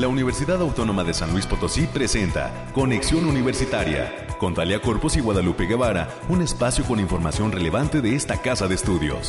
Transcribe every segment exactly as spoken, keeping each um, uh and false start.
La Universidad Autónoma de San Luis Potosí presenta Conexión Universitaria con Talia Corpus y Guadalupe Guevara, un espacio con información relevante de esta casa de estudios.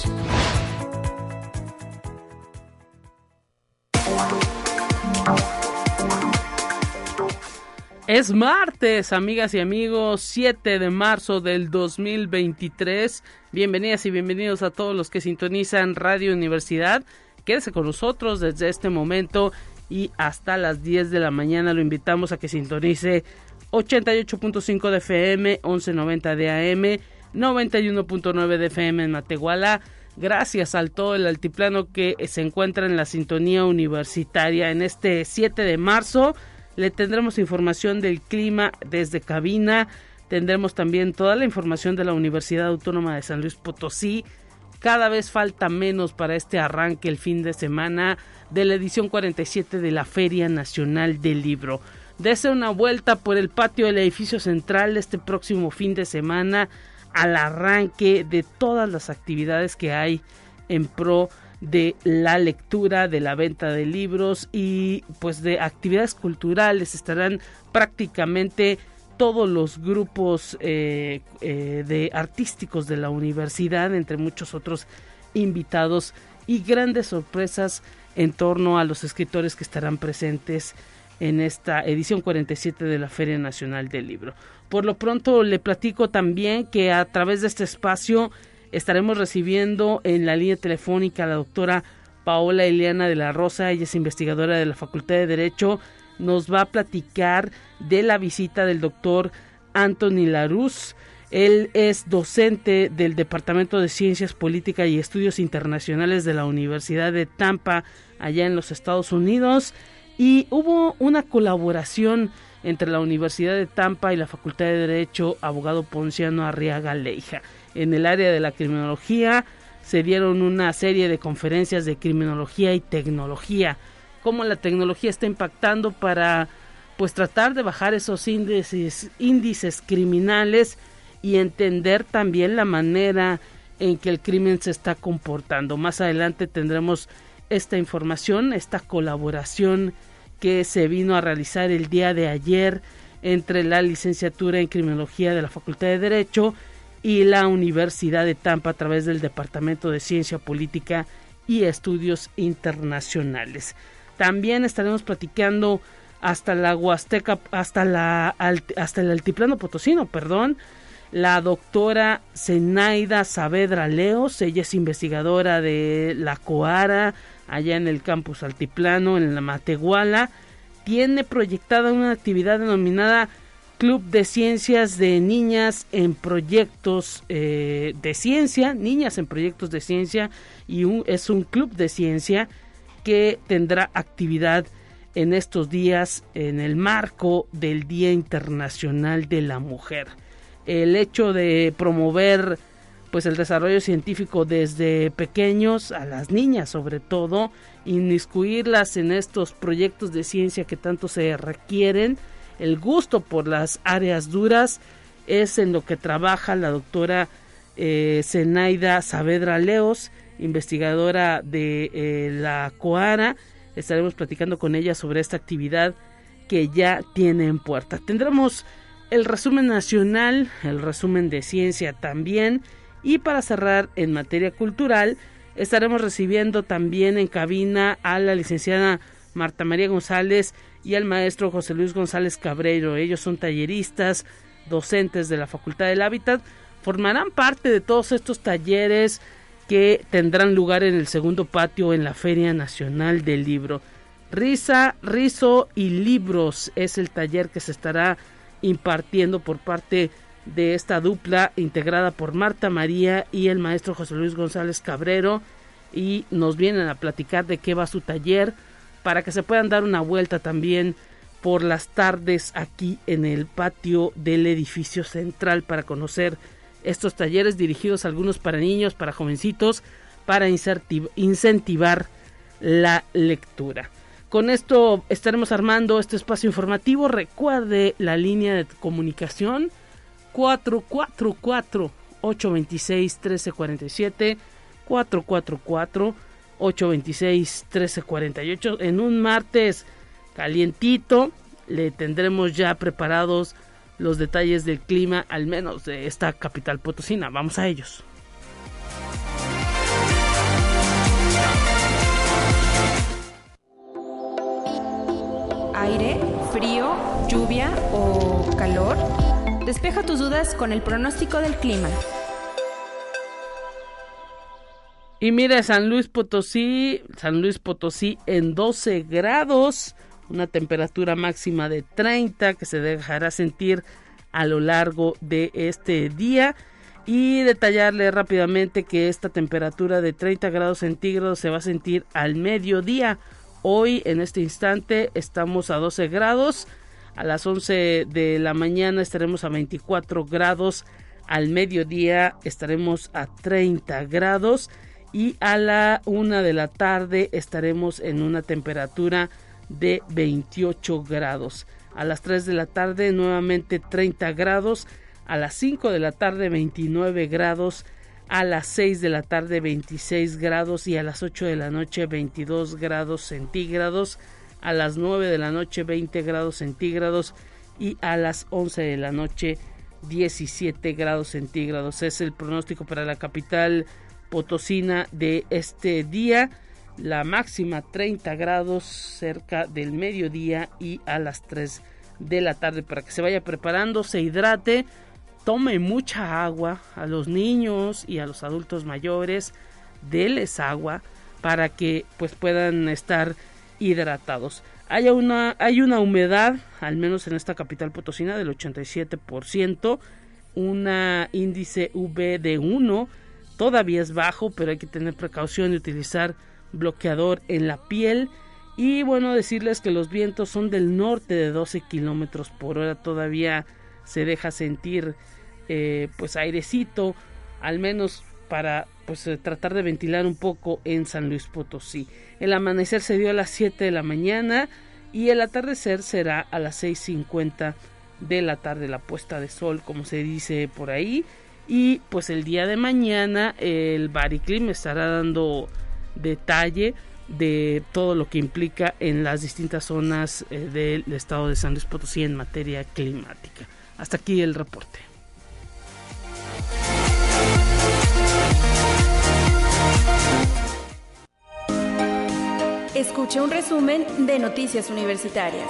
Es martes, amigas y amigos, siete de marzo del dos mil veintitrés. Bienvenidas y bienvenidos a todos los que sintonizan Radio Universidad. Quédese con nosotros desde este momento y hasta las diez de la mañana. Lo invitamos a que sintonice ochenta y ocho punto cinco de F M, once noventa de A M, noventa y uno punto nueve de F M en Matehuala. Gracias al todo el altiplano que se encuentra en la sintonía universitaria. En este siete de marzo le tendremos información del clima desde cabina. Tendremos también toda la información de la Universidad Autónoma de San Luis Potosí. Cada vez falta menos para este arranque el fin de semana de la edición cuarenta y siete de la Feria Nacional del Libro. Dese una vuelta por el patio del edificio central este próximo fin de semana al arranque de todas las actividades que hay en pro de la lectura, de la venta de libros y pues de actividades culturales. Estarán prácticamente todos los grupos eh, eh, de artísticos de la universidad, entre muchos otros invitados y grandes sorpresas en torno a los escritores que estarán presentes en esta edición cuarenta y siete de la Feria Nacional del Libro. Por lo pronto le platico también que a través de este espacio estaremos recibiendo en la línea telefónica a la doctora Paola Ileana de la Rosa. Ella es investigadora de la Facultad de Derecho. Nos va a platicar de la visita del doctor Anthony Laruz. Él es docente del Departamento de Ciencias Políticas y Estudios Internacionales de la Universidad de Tampa, allá en los Estados Unidos. Y hubo una colaboración entre la Universidad de Tampa y la Facultad de Derecho Abogado Ponciano Arriaga Leija. En el área de la criminología se dieron una serie de conferencias de criminología y tecnología, cómo la tecnología está impactando para pues tratar de bajar esos índices, índices criminales y entender también la manera en que el crimen se está comportando. Más adelante tendremos esta información, esta colaboración que se vino a realizar el día de ayer entre la licenciatura en criminología de la Facultad de Derecho y la Universidad de Tampa a través del Departamento de Ciencia Política y Estudios Internacionales. También estaremos platicando hasta la Huasteca, hasta la hasta el altiplano potosino, perdón, la doctora Zenaida Saavedra Leos. Ella es investigadora de la COARA allá en el campus altiplano en la Matehuala. Tiene proyectada una actividad denominada Club de Ciencias de Niñas en Proyectos eh, de Ciencia, Niñas en Proyectos de Ciencia, y un, es un club de ciencia que tendrá actividad en estos días en el marco del Día Internacional de la Mujer. El hecho de promover pues el desarrollo científico desde pequeños, a las niñas sobre todo, inmiscuirlas en estos proyectos de ciencia que tanto se requieren. El gusto por las áreas duras es en lo que trabaja la doctora eh, Zenaida Saavedra Leos, investigadora de eh, la COARA. Estaremos platicando con ella sobre esta actividad que ya tiene en puerta. Tendremos el resumen nacional, el resumen de ciencia también, y para cerrar en materia cultural estaremos recibiendo también en cabina a la licenciada Marta María González y al maestro José Luis González Cabreiro. Ellos son talleristas, docentes de la Facultad del Hábitat. Formarán parte de todos estos talleres que tendrán lugar en el segundo patio en la Feria Nacional del Libro. Risa, Rizo y Libros es el taller que se estará impartiendo por parte de esta dupla integrada por Marta María y el maestro José Luis González Cabreiro, y nos vienen a platicar de qué va su taller para que se puedan dar una vuelta también por las tardes aquí en el patio del edificio central para conocer estos talleres dirigidos algunos para niños, para jovencitos, para incentivar la lectura. Con esto estaremos armando este espacio informativo. Recuerde la línea de comunicación cuatro cuatro cuatro, ocho dos seis, uno tres cuatro siete, cuatro cuatro cuatro, ocho dos seis, uno tres cuatro ocho. En un martes calientito. Le tendremos ya preparados los detalles del clima, al menos de esta capital potosina. Vamos a ellos. Aire, frío, lluvia o calor. Despeja tus dudas con el pronóstico del clima. Y mira, San Luis Potosí, San Luis Potosí en doce grados, una temperatura máxima de treinta que se dejará sentir a lo largo de este día. Y detallarle rápidamente que esta temperatura de treinta grados centígrados se va a sentir al mediodía. Hoy, en este instante, estamos a doce grados. A las once de la mañana estaremos a veinticuatro grados. Al mediodía estaremos a treinta grados. Y a la una de la tarde estaremos en una temperatura de veintiocho grados. A las tres de la tarde nuevamente treinta grados. A las cinco de la tarde veintinueve grados. A las seis de la tarde veintiséis grados y a las ocho de la noche veintidós grados centígrados, a las nueve de la noche veinte grados centígrados y a las once de la noche diecisiete grados centígrados. Es el pronóstico para la capital potosina de este día. La máxima treinta grados cerca del mediodía y a las tres de la tarde, para que se vaya preparando, se hidrate. Tome mucha agua, a los niños y a los adultos mayores, denles agua para que pues puedan estar hidratados. Hay una, hay una humedad, al menos en esta capital potosina, del ochenta y siete por ciento, una índice U V de uno, todavía es bajo, pero hay que tener precaución de utilizar bloqueador en la piel. Y bueno, decirles que los vientos son del norte de doce kilómetros por hora, todavía se deja sentir eh, pues airecito, al menos para pues eh, tratar de ventilar un poco en San Luis Potosí. El amanecer se dio a las siete de la mañana y el atardecer será a las seis cincuenta de la tarde, la puesta de sol, como se dice por ahí. Y pues el día de mañana el Bariclim estará dando detalle de todo lo que implica en las distintas zonas eh, del estado de San Luis Potosí en materia climática. Hasta aquí el reporte. Escuche un resumen de Noticias Universitarias.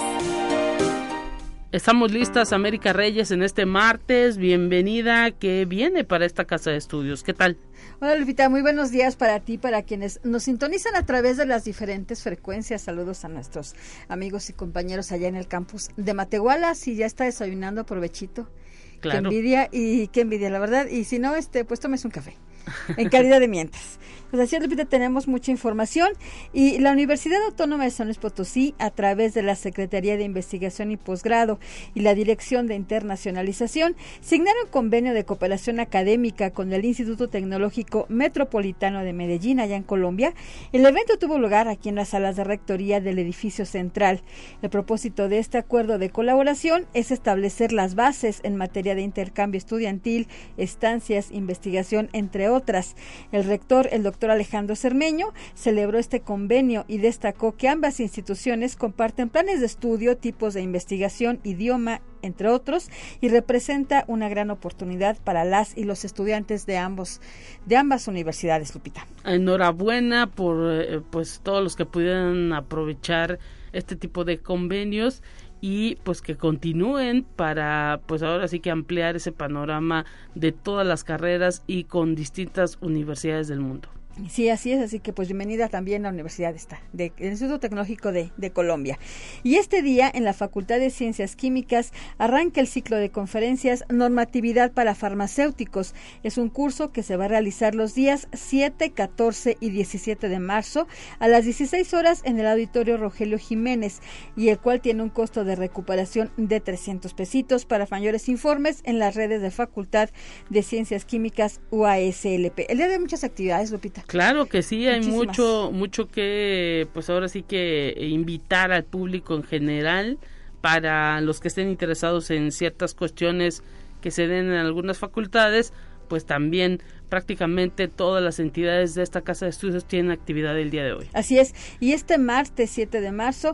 Estamos listas, América Reyes, en este martes. Bienvenida, ¿qué viene para esta casa de estudios? ¿Qué tal? Hola Lupita, muy buenos días para ti, para quienes nos sintonizan a través de las diferentes frecuencias. Saludos a nuestros amigos y compañeros allá en el campus de Matehuala. Si ya está desayunando, provechito. Claro. Qué envidia y qué envidia, la verdad. Y si no, este, pues tomes un café en calidad de mientras. Pues así, Lupita, tenemos mucha información y la Universidad Autónoma de San Luis Potosí, a través de la Secretaría de Investigación y Posgrado y la Dirección de Internacionalización, signaron convenio de cooperación académica con el Instituto Tecnológico Metropolitano de Medellín, allá en Colombia. El evento tuvo lugar aquí en las salas de rectoría del edificio central. El propósito de este acuerdo de colaboración es establecer las bases en materia de intercambio estudiantil, estancias, investigación, entre otras. El rector, el doctor Alejandro Cermeño, celebró este convenio y destacó que ambas instituciones comparten planes de estudio, tipos de investigación, idioma, entre otros, y representa una gran oportunidad para las y los estudiantes de ambos de ambas universidades, Lupita. Enhorabuena por eh, pues todos los que pudieran aprovechar este tipo de convenios y pues que continúen para pues ahora sí que ampliar ese panorama de todas las carreras y con distintas universidades del mundo. Sí, así es, así que pues bienvenida también a la Universidad esta, de, del Instituto Tecnológico de, de Colombia. Y este día en la Facultad de Ciencias Químicas arranca el ciclo de conferencias Normatividad para Farmacéuticos. Es un curso que se va a realizar los días siete, catorce y diecisiete de marzo a las dieciséis horas en el Auditorio Rogelio Jiménez, y el cual tiene un costo de recuperación de trescientos pesitos. Para mayores informes en las redes de Facultad de Ciencias Químicas U A S L P. El día de muchas actividades, Lupita. Claro que sí, hay Muchísimas. mucho mucho que, pues ahora sí que invitar al público en general, para los que estén interesados en ciertas cuestiones que se den en algunas facultades, pues también prácticamente todas las entidades de esta casa de estudios tienen actividad el día de hoy. Así es, y este martes siete de marzo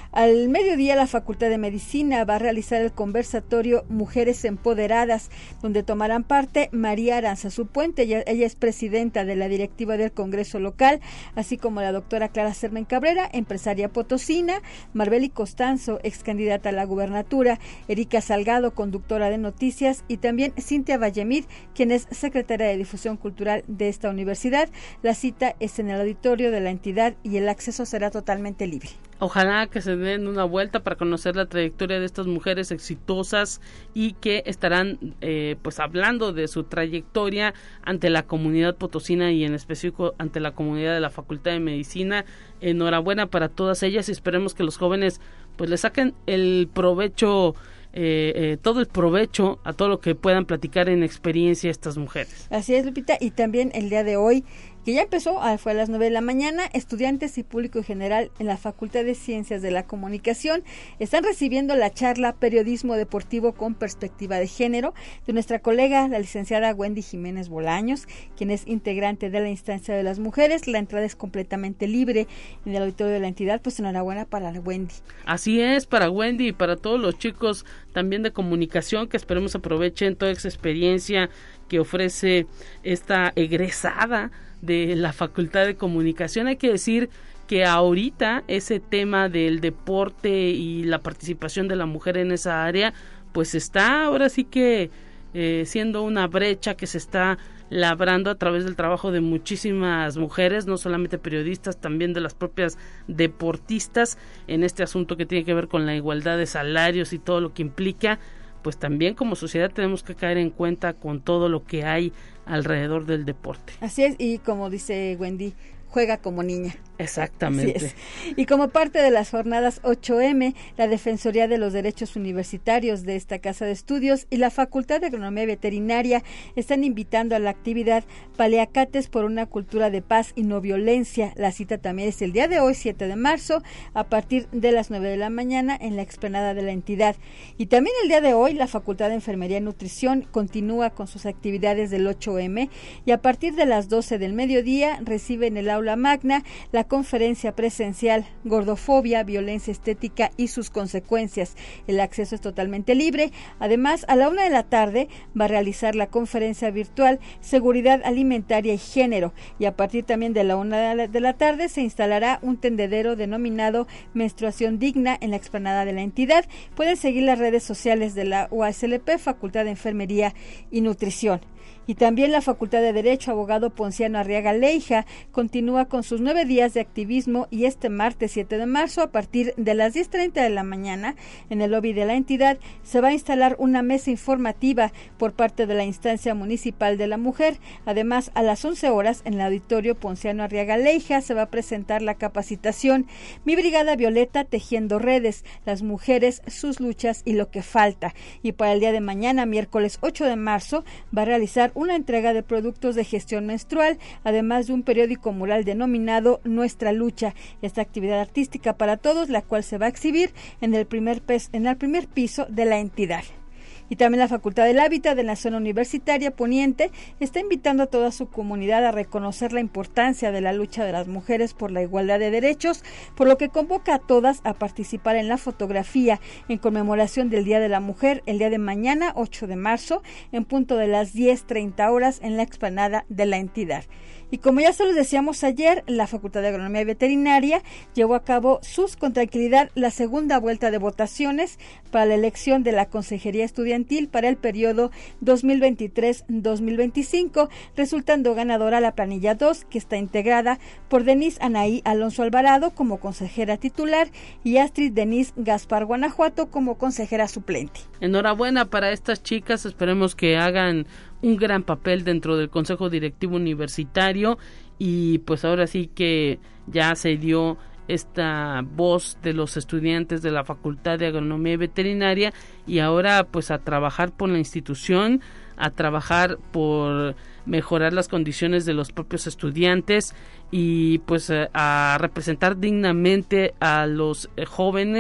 Al mediodía, la Facultad de Medicina va a realizar el conversatorio Mujeres Empoderadas, donde tomarán parte María Aranzazú Puente, ella, ella es presidenta de la directiva del Congreso local, así como la doctora Clara Sermen Cabrera, empresaria potosina, Marbeli Costanzo, ex candidata a la gubernatura, Erika Salgado, conductora de noticias, y también Cintia Vallemir, quien es secretaria de Difusión Cultural de esta universidad. La cita es en el auditorio de la entidad y el acceso será totalmente libre. Ojalá que se den una vuelta para conocer la trayectoria de estas mujeres exitosas y que estarán eh, pues hablando de su trayectoria ante la comunidad potosina y en específico ante la comunidad de la Facultad de Medicina. Enhorabuena para todas ellas y esperemos que los jóvenes pues le saquen el provecho, eh, eh, todo el provecho a todo lo que puedan platicar en experiencia estas mujeres. Así es, Lupita, y también el día de hoy, que ya empezó, fue a las nueve de la mañana, estudiantes y público en general en la Facultad de Ciencias de la Comunicación están recibiendo la charla Periodismo Deportivo con Perspectiva de Género de nuestra colega, la licenciada Wendy Jiménez Bolaños, quien es integrante de la instancia de las mujeres. La entrada es completamente libre en el auditorio de la entidad, pues enhorabuena para la Wendy. Así es, para Wendy y para todos los chicos también de comunicación, que esperemos aprovechen toda esa experiencia que ofrece esta egresada de la Facultad de Comunicación. Hay que decir que ahorita ese tema del deporte y la participación de la mujer en esa área pues está ahora sí que eh, siendo una brecha que se está labrando a través del trabajo de muchísimas mujeres, no solamente periodistas, también de las propias deportistas, en este asunto que tiene que ver con la igualdad de salarios y todo lo que implica. Pues también como sociedad tenemos que caer en cuenta con todo lo que hay alrededor del deporte. Así es, y como dice Wendy, juega como niña. Exactamente. Y como parte de las jornadas ocho eme, la Defensoría de los Derechos Universitarios de esta Casa de Estudios y la Facultad de Agronomía Veterinaria están invitando a la actividad Paliacates por una cultura de paz y no violencia. La cita también es el día de hoy, siete de marzo, a partir de las nueve de la mañana en la explanada de la entidad. Y también el día de hoy, la Facultad de Enfermería y Nutrición continúa con sus actividades del ocho eme y a partir de las doce del mediodía recibe en el aula magna la conferencia presencial Gordofobia, Violencia Estética y sus consecuencias. El acceso es totalmente libre. Además, a la una de la tarde va a realizar la conferencia virtual Seguridad Alimentaria y Género, y a partir también de la una de la tarde se instalará un tendedero denominado Menstruación Digna en la explanada de la entidad. Pueden seguir las redes sociales de la U A S L P, Facultad de Enfermería y Nutrición. Y también la Facultad de Derecho, abogado Ponciano Arriaga Leija, continúa con sus nueve días de activismo y este martes siete de marzo, a partir de las diez treinta de la mañana, en el lobby de la entidad, se va a instalar una mesa informativa por parte de la Instancia Municipal de la Mujer. Además, a las once horas, en el auditorio Ponciano Arriaga Leija, se va a presentar la capacitación Mi Brigada Violeta Tejiendo Redes, las mujeres, sus luchas y lo que falta. Y para el día de mañana, miércoles ocho de marzo, va a realizar una entrega de productos de gestión menstrual, además de un periódico mural denominado Nuestra Lucha. Esta actividad artística para todos, la cual se va a exhibir en el primer, pes- en el primer piso de la entidad. Y también la Facultad del Hábitat de la zona universitaria poniente está invitando a toda su comunidad a reconocer la importancia de la lucha de las mujeres por la igualdad de derechos, por lo que convoca a todas a participar en la fotografía en conmemoración del Día de la Mujer el día de mañana, ocho de marzo, en punto de las diez treinta horas en la explanada de la entidad. Y como ya se los decíamos ayer, la Facultad de Agronomía y Veterinaria llevó a cabo sus con tranquilidad la segunda vuelta de votaciones para la elección de la Consejería Estudiantil para el periodo dos mil veintitrés dos mil veinticinco, resultando ganadora la planilla dos, que está integrada por Denise Anaí Alonso Alvarado como consejera titular y Astrid Denise Gaspar Guanajuato como consejera suplente. Enhorabuena para estas chicas, esperemos que hagan un gran papel dentro del Consejo Directivo Universitario y pues ahora sí que ya se dio esta voz de los estudiantes de la Facultad de Agronomía y Veterinaria y ahora pues a trabajar por la institución, a trabajar por mejorar las condiciones de los propios estudiantes y pues a representar dignamente a los jóvenes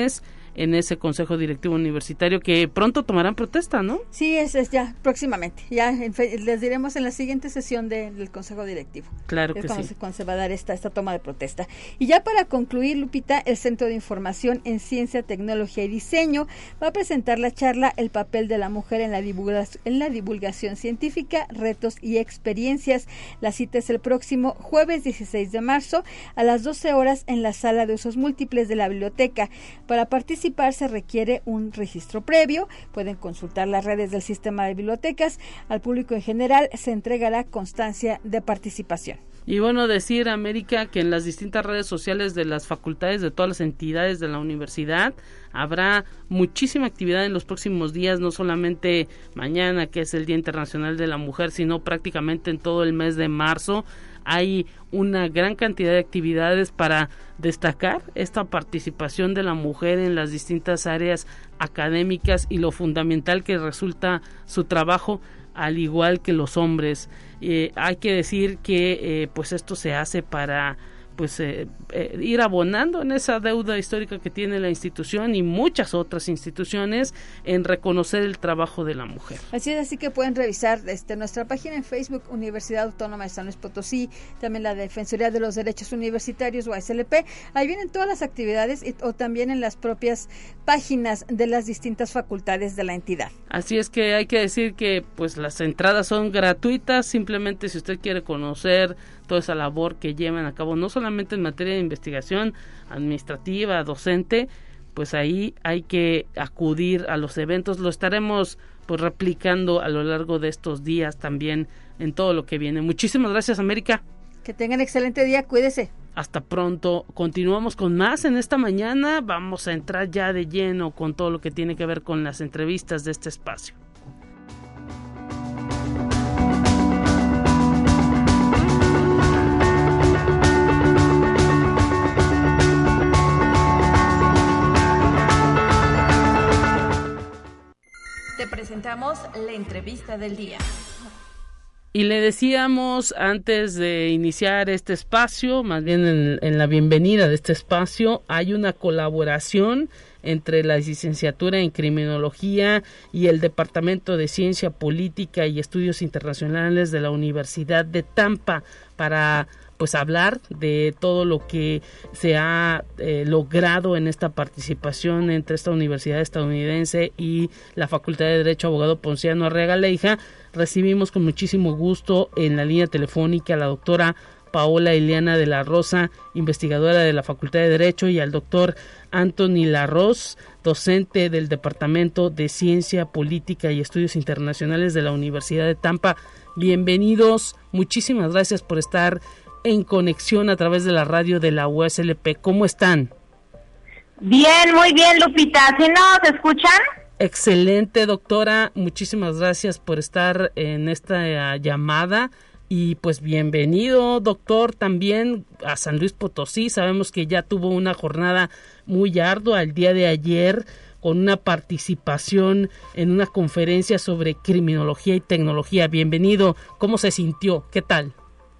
en ese Consejo Directivo Universitario, que pronto tomarán protesta, ¿no? Sí, es, es ya próximamente, ya en fe, les diremos en la siguiente sesión de, del Consejo Directivo. Claro que es cuando sí. Se, cuando se va a dar esta, esta toma de protesta. Y ya para concluir, Lupita, el Centro de Información en Ciencia, Tecnología y Diseño va a presentar la charla El papel de la mujer en la divulgación, en la divulgación científica, retos y experiencias. La cita es el próximo jueves dieciséis de marzo a las doce horas en la sala de usos múltiples de la biblioteca. Para participar se requiere un registro previo. Pueden consultar las redes del sistema de bibliotecas. Al público en general se entregará constancia de participación. Y bueno, decir, América, que en las distintas redes sociales de las facultades de todas las entidades de la universidad habrá muchísima actividad en los próximos días, no solamente mañana, que es el Día Internacional de la Mujer, sino prácticamente en todo el mes de marzo. Hay una gran cantidad de actividades para destacar esta participación de la mujer en las distintas áreas académicas y lo fundamental que resulta su trabajo, al igual que los hombres. Eh, hay que decir que eh, pues esto se hace para pues eh, eh, ir abonando en esa deuda histórica que tiene la institución y muchas otras instituciones en reconocer el trabajo de la mujer. Así es, así que pueden revisar este, nuestra página en Facebook, Universidad Autónoma de San Luis Potosí, también la Defensoría de los Derechos Universitarios o A S L P. Ahí vienen todas las actividades y, o también en las propias páginas de las distintas facultades de la entidad. Así es que hay que decir que pues las entradas son gratuitas, simplemente si usted quiere conocer toda esa labor que llevan a cabo, no solamente en materia de investigación administrativa, docente, pues ahí hay que acudir a los eventos. Lo estaremos pues replicando a lo largo de estos días también en todo lo que viene. Muchísimas gracias, América. Que tengan excelente día, cuídese. Hasta pronto. Continuamos con más en esta mañana. Vamos a entrar ya de lleno con todo lo que tiene que ver con las entrevistas de este espacio. Te presentamos la entrevista del día. Y le decíamos antes de iniciar este espacio, más bien en, en la bienvenida de este espacio, hay una colaboración entre la licenciatura en Criminología y el Departamento de Ciencia Política y Estudios Internacionales de la Universidad de Tampa para pues hablar de todo lo que se ha eh, logrado en esta participación entre esta universidad estadounidense y la Facultad de Derecho Abogado Ponciano Arriaga Leija. Recibimos con muchísimo gusto en la línea telefónica a la doctora Paola Ileana de la Rosa, investigadora de la Facultad de Derecho, y al doctor Anthony Larroz, docente del Departamento de Ciencia Política y Estudios Internacionales de la Universidad de Tampa. Bienvenidos, muchísimas gracias por estar en conexión a través de la radio de la U S L P. ¿Cómo están? Bien, muy bien, Lupita. ¿Sí nos escuchan? Excelente, doctora. Muchísimas gracias por estar en esta uh, llamada. Y pues bienvenido, doctor, también a San Luis Potosí. Sabemos que ya tuvo una jornada muy ardua el día de ayer con una participación en una conferencia sobre criminología y tecnología. Bienvenido. ¿Cómo se sintió? ¿Qué tal?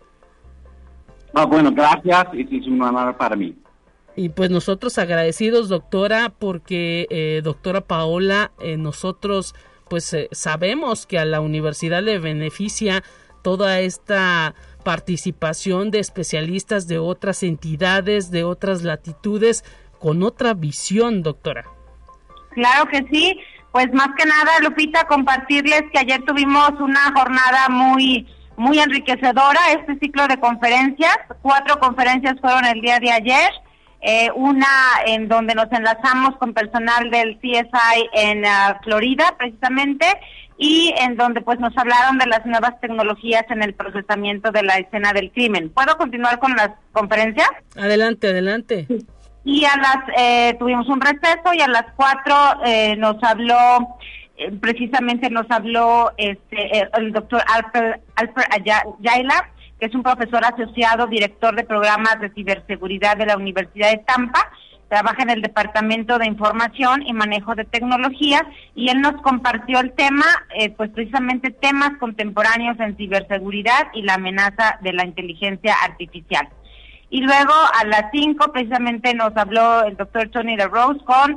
Ah, bueno, gracias. Es un honor para mí. Y pues nosotros agradecidos, doctora, porque eh, doctora Paola, eh, nosotros pues eh, sabemos que a la universidad le beneficia toda esta participación de especialistas de otras entidades, de otras latitudes, con otra visión, doctora. Claro que sí. Pues más que nada, Lupita, compartirles que ayer tuvimos una jornada muy muy enriquecedora, este ciclo de conferencias. Cuatro conferencias fueron el día de ayer, eh, una en donde nos enlazamos con personal del C S I en uh, Florida, precisamente, y en donde pues nos hablaron de las nuevas tecnologías en el procesamiento de la escena del crimen. ¿Puedo continuar con las conferencias? Adelante, adelante. Sí. Y a las, eh, tuvimos un receso y a las cuatro eh, nos habló... precisamente nos habló este el doctor Alper, Alper Ayala, que es un profesor asociado, director de programas de ciberseguridad de la Universidad de Tampa, trabaja en el Departamento de Información y Manejo de Tecnología, y él nos compartió el tema, eh, pues precisamente temas contemporáneos en ciberseguridad y la amenaza de la inteligencia artificial. Y luego a las cinco precisamente nos habló el doctor Tony Larroz con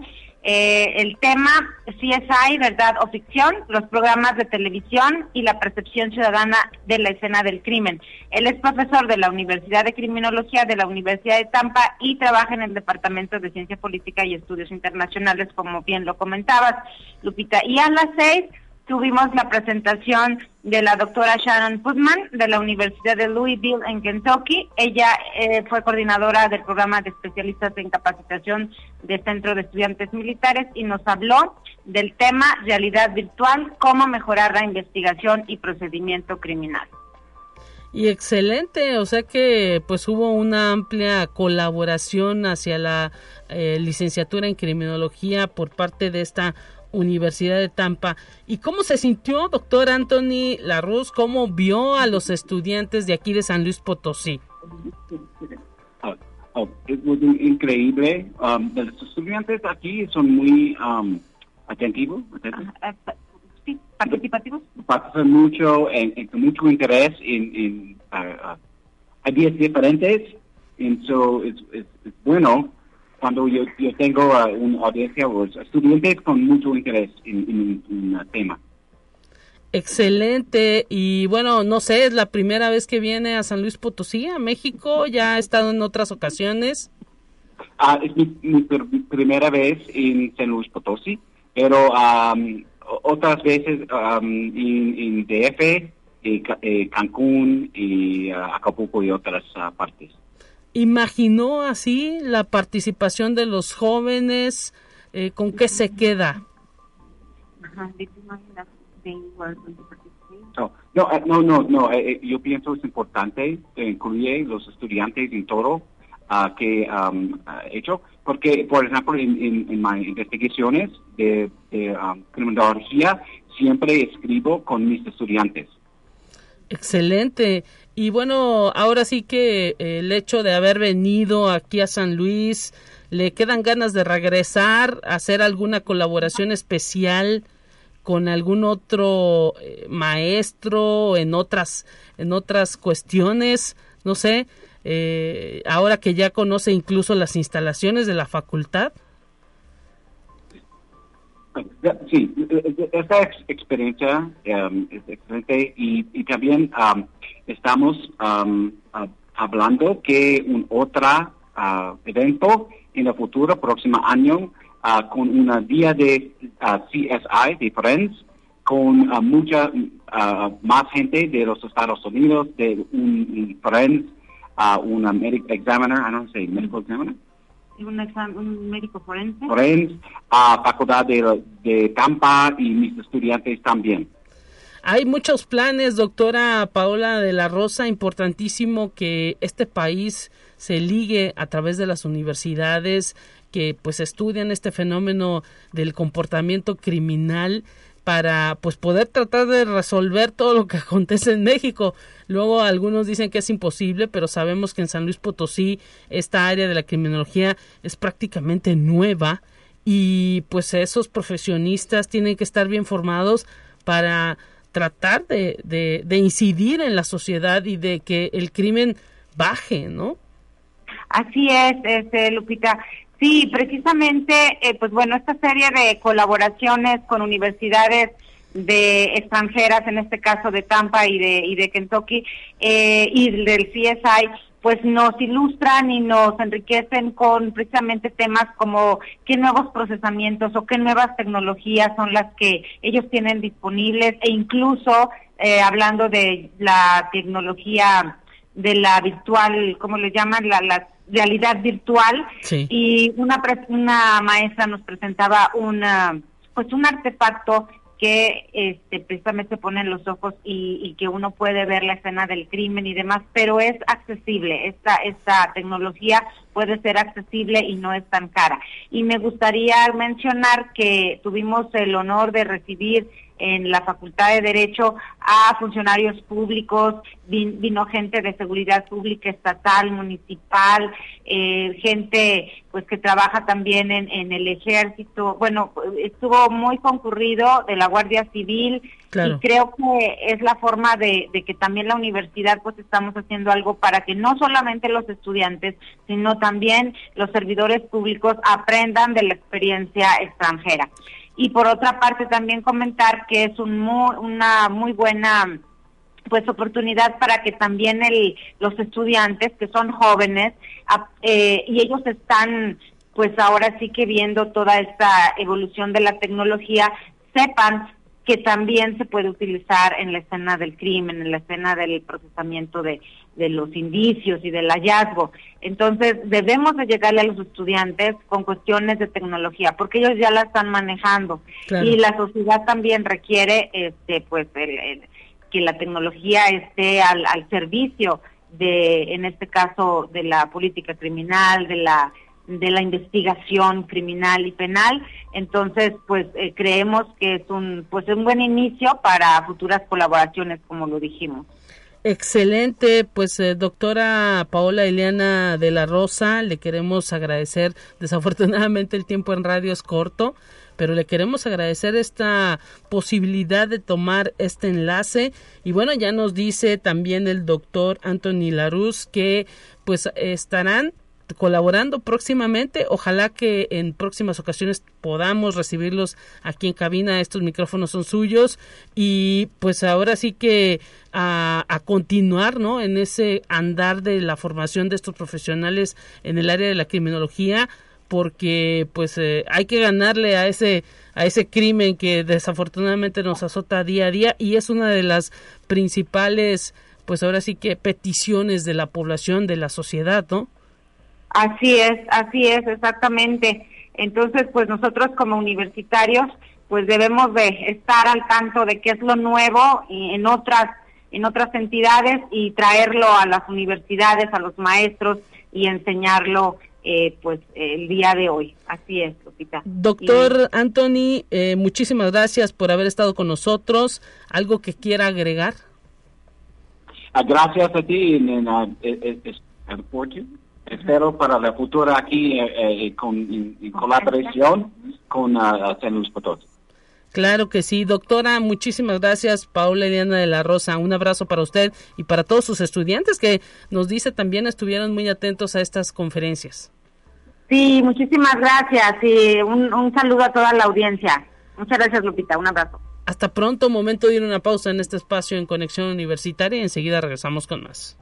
Eh, el tema C S I, verdad o ficción, los programas de televisión y la percepción ciudadana de la escena del crimen. Él es profesor de la Universidad de Criminología de la Universidad de Tampa y trabaja en el Departamento de Ciencia Política y Estudios Internacionales, como bien lo comentabas, Lupita. Y a las seis tuvimos la presentación de la doctora Sharon Putman de la Universidad de Louisville en Kentucky. Ella eh, fue coordinadora del programa de especialistas en capacitación del Centro de Estudiantes Militares y nos habló del tema realidad virtual, cómo mejorar la investigación y procedimiento criminal. Y excelente, o sea que pues hubo una amplia colaboración hacia la eh, licenciatura en criminología por parte de esta Universidad de Tampa. ¿Y cómo se sintió, doctor Anthony Larruz? ¿Cómo vio a los estudiantes de aquí de San Luis Potosí? Oh, oh, es increíble. Um, los estudiantes aquí son muy um, atentivos. ¿atentivos? Uh, uh, sí, participativos. Participan mucho, en, en, con mucho interés en, en uh, uh, ideas diferentes. Y so, es, es, es bueno cuando yo, yo tengo uh, una audiencia o estudiantes con mucho interés en, en, en el tema. Excelente. Y bueno, no sé, ¿es la primera vez que viene a San Luis Potosí, a México? ¿Ya ha estado en otras ocasiones? Uh, es mi, mi pr primera vez en San Luis Potosí, pero um, otras veces um, en, en D F, eh, eh, Cancún y uh, Acapulco y otras uh, partes. ¿Imaginó así la participación de los jóvenes? Eh, ¿Con qué se queda? No, no, no, no, no eh, yo pienso es importante eh, incluir los estudiantes en todo uh, que um, he hecho, porque, por ejemplo, en, en, en mis investigaciones de, de um, criminología, siempre escribo con mis estudiantes. Excelente. Y bueno, ahora sí que el hecho de haber venido aquí a San Luis, ¿le quedan ganas de regresar a hacer alguna colaboración especial con algún otro eh, maestro en otras en otras cuestiones? No sé, eh, ahora que ya conoce incluso las instalaciones de la facultad. Sí, esta ex experiencia um, es excelente y, y también um, estamos um, uh, hablando que un otro uh, evento en el futuro, próximo año, uh, con una día de uh, C S I, de Friends, con uh, mucha uh, más gente de los Estados Unidos, de un, un Friends, uh, una medical examiner, I don't say medical examiner. Un, exam, un médico forense. Forense, a uh, Facultad de, de Tampa y mis estudiantes también. Hay muchos planes, doctora Paola de la Rosa, importantísimo que este país se ligue a través de las universidades que pues estudian este fenómeno del comportamiento criminal para pues poder tratar de resolver todo lo que acontece en México. Luego algunos dicen que es imposible, pero sabemos que en San Luis Potosí esta área de la criminología es prácticamente nueva y pues esos profesionistas tienen que estar bien formados para tratar de, de, de incidir en la sociedad y de que el crimen baje, ¿no? Así es, este, Lupita. Sí, precisamente, eh, pues bueno, esta serie de colaboraciones con universidades de extranjeras, en este caso de Tampa y de y de Kentucky, eh, y del C S I, pues nos ilustran y nos enriquecen con precisamente temas como qué nuevos procesamientos o qué nuevas tecnologías son las que ellos tienen disponibles, e incluso eh, hablando de la tecnología de la virtual, ¿cómo le llaman? La, la realidad virtual. Sí. Y una una maestra nos presentaba una pues un artefacto que este precisamente pone en los ojos y, y que uno puede ver la escena del crimen y demás, pero es accesible, esta esta tecnología puede ser accesible y no es tan cara. Y me gustaría mencionar que tuvimos el honor de recibir en la Facultad de Derecho a funcionarios públicos, vin, vino gente de seguridad pública estatal, municipal, eh, gente pues que trabaja también en, en el ejército. Bueno, estuvo muy concurrido, de la Guardia Civil. Claro. Y creo que es la forma de, de que también la universidad pues estamos haciendo algo para que no solamente los estudiantes, sino también los servidores públicos aprendan de la experiencia extranjera. Y por otra parte también comentar que es un muy, una muy buena pues oportunidad para que también el, los estudiantes que son jóvenes eh, y ellos están pues ahora sí que viendo toda esta evolución de la tecnología, sepan que también se puede utilizar en la escena del crimen, en la escena del procesamiento de, de los indicios y del hallazgo. Entonces, debemos de llegarle a los estudiantes con cuestiones de tecnología, porque ellos ya la están manejando. Claro. Y la sociedad también requiere este pues el, el, que la tecnología esté al, al servicio de, en este caso, de la política criminal, de la de la investigación criminal y penal. Entonces pues eh, creemos que es un pues un buen inicio para futuras colaboraciones, como lo dijimos. Excelente, pues eh, doctora Paola Ileana de la Rosa, le queremos agradecer, desafortunadamente el tiempo en radio es corto, pero le queremos agradecer esta posibilidad de tomar este enlace. Y bueno, ya nos dice también el doctor Anthony Larus que pues estarán colaborando próximamente. Ojalá que en próximas ocasiones podamos recibirlos aquí en cabina. Estos micrófonos son suyos y pues ahora sí que a, a continuar, ¿no?, en ese andar de la formación de estos profesionales en el área de la criminología, porque pues eh, hay que ganarle a ese a ese crimen que desafortunadamente nos azota día a día y es una de las principales, pues ahora sí que peticiones de la población, de la sociedad, ¿no? Así es, así es, exactamente. Entonces, pues nosotros como universitarios, pues debemos de estar al tanto de qué es lo nuevo en otras en otras entidades y traerlo a las universidades, a los maestros y enseñarlo, eh, pues el día de hoy. Así es, Lupita. Doctor y... Anthony, eh, muchísimas gracias por haber estado con nosotros. ¿Algo que quiera agregar? Uh, gracias a ti, en, uh, es, es, es, espero para la futura aquí eh, eh, con en, en colaboración con uh, San Luis Potosí. Claro que sí, doctora, muchísimas gracias, Paola Ileana de la Rosa, un abrazo para usted y para todos sus estudiantes que nos dice también estuvieron muy atentos a estas conferencias. Sí, muchísimas gracias y un, un saludo a toda la audiencia. Muchas gracias, Lupita, un abrazo. Hasta pronto, momento de ir a una pausa en este espacio en Conexión Universitaria y enseguida regresamos con más.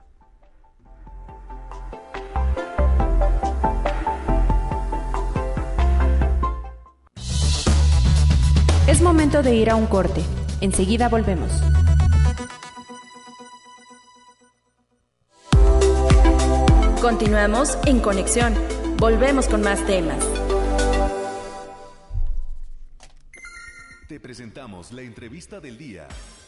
Es momento de ir a un corte. Enseguida volvemos. Continuamos en Conexión. Volvemos con más temas. Te presentamos la entrevista del día.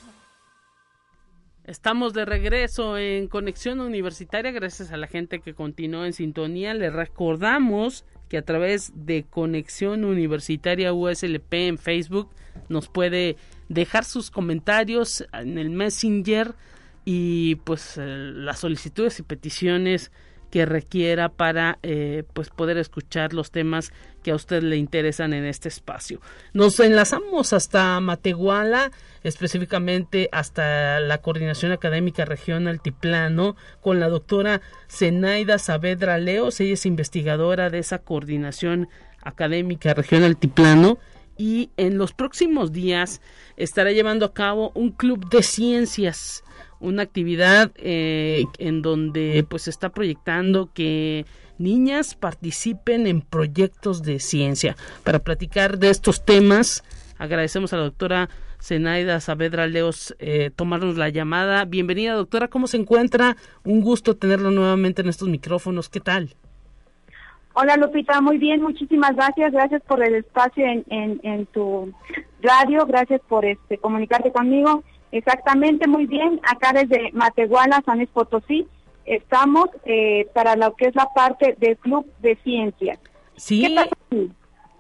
Estamos de regreso en Conexión Universitaria, gracias a la gente que continuó en sintonía. Les recordamos que a través de Conexión Universitaria U S L P en Facebook nos puede dejar sus comentarios en el Messenger y pues eh, las solicitudes y peticiones que requiera para eh, pues poder escuchar los temas que a usted le interesan en este espacio. Nos enlazamos hasta Matehuala, específicamente hasta la Coordinación Académica Región Altiplano, con la doctora Zenaida Saavedra Leos. Ella es investigadora de esa Coordinación Académica Región Altiplano y en los próximos días estará llevando a cabo un club de ciencias, una actividad eh, en donde pues se está proyectando que niñas participen en proyectos de ciencia. Para platicar de estos temas, agradecemos a la doctora Zenaida Saavedra Leos eh, tomarnos la llamada. Bienvenida, doctora, ¿cómo se encuentra? Un gusto tenerlo nuevamente en estos micrófonos. ¿Qué tal? Hola, Lupita, muy bien, muchísimas gracias. Gracias por el espacio en, en, en tu radio, gracias por este comunicarte conmigo. Exactamente, muy bien. Acá desde Matehuala, San Luis Potosí, estamos eh, para lo que es la parte del Club de Ciencias. Sí. ¿Qué pasa aquí?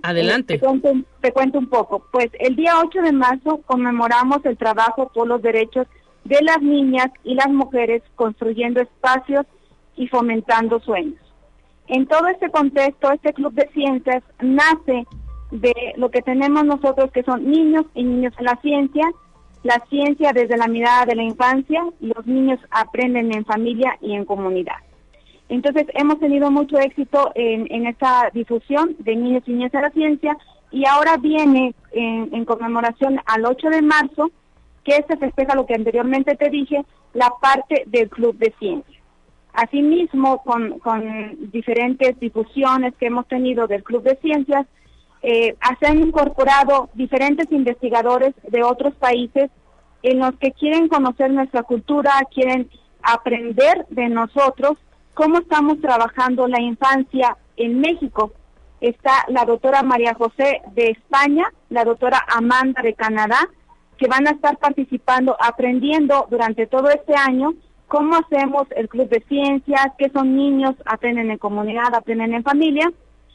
Adelante. Eh, te, cuento, te cuento un poco. Pues el día ocho de marzo conmemoramos el trabajo por los derechos de las niñas y las mujeres, construyendo espacios y fomentando sueños. En todo este contexto, este Club de Ciencias nace de lo que tenemos nosotros, que son niños y niños en la ciencia, la ciencia desde la mirada de la infancia, los niños aprenden en familia y en comunidad. Entonces, hemos tenido mucho éxito en, en esta difusión de niños y niñas en la ciencia, y ahora viene en, en conmemoración al ocho de marzo, que se festeja lo que anteriormente te dije, la parte del Club de Ciencia. Asimismo, con, con diferentes difusiones que hemos tenido del Club de Ciencias, eh, se han incorporado diferentes investigadores de otros países en los que quieren conocer nuestra cultura, quieren aprender de nosotros cómo estamos trabajando la infancia en México. Está la doctora María José de España, la doctora Amanda de Canadá, que van a estar participando, aprendiendo durante todo este año cómo hacemos el Club de Ciencias, qué son niños, aprenden en comunidad, aprenden en familia,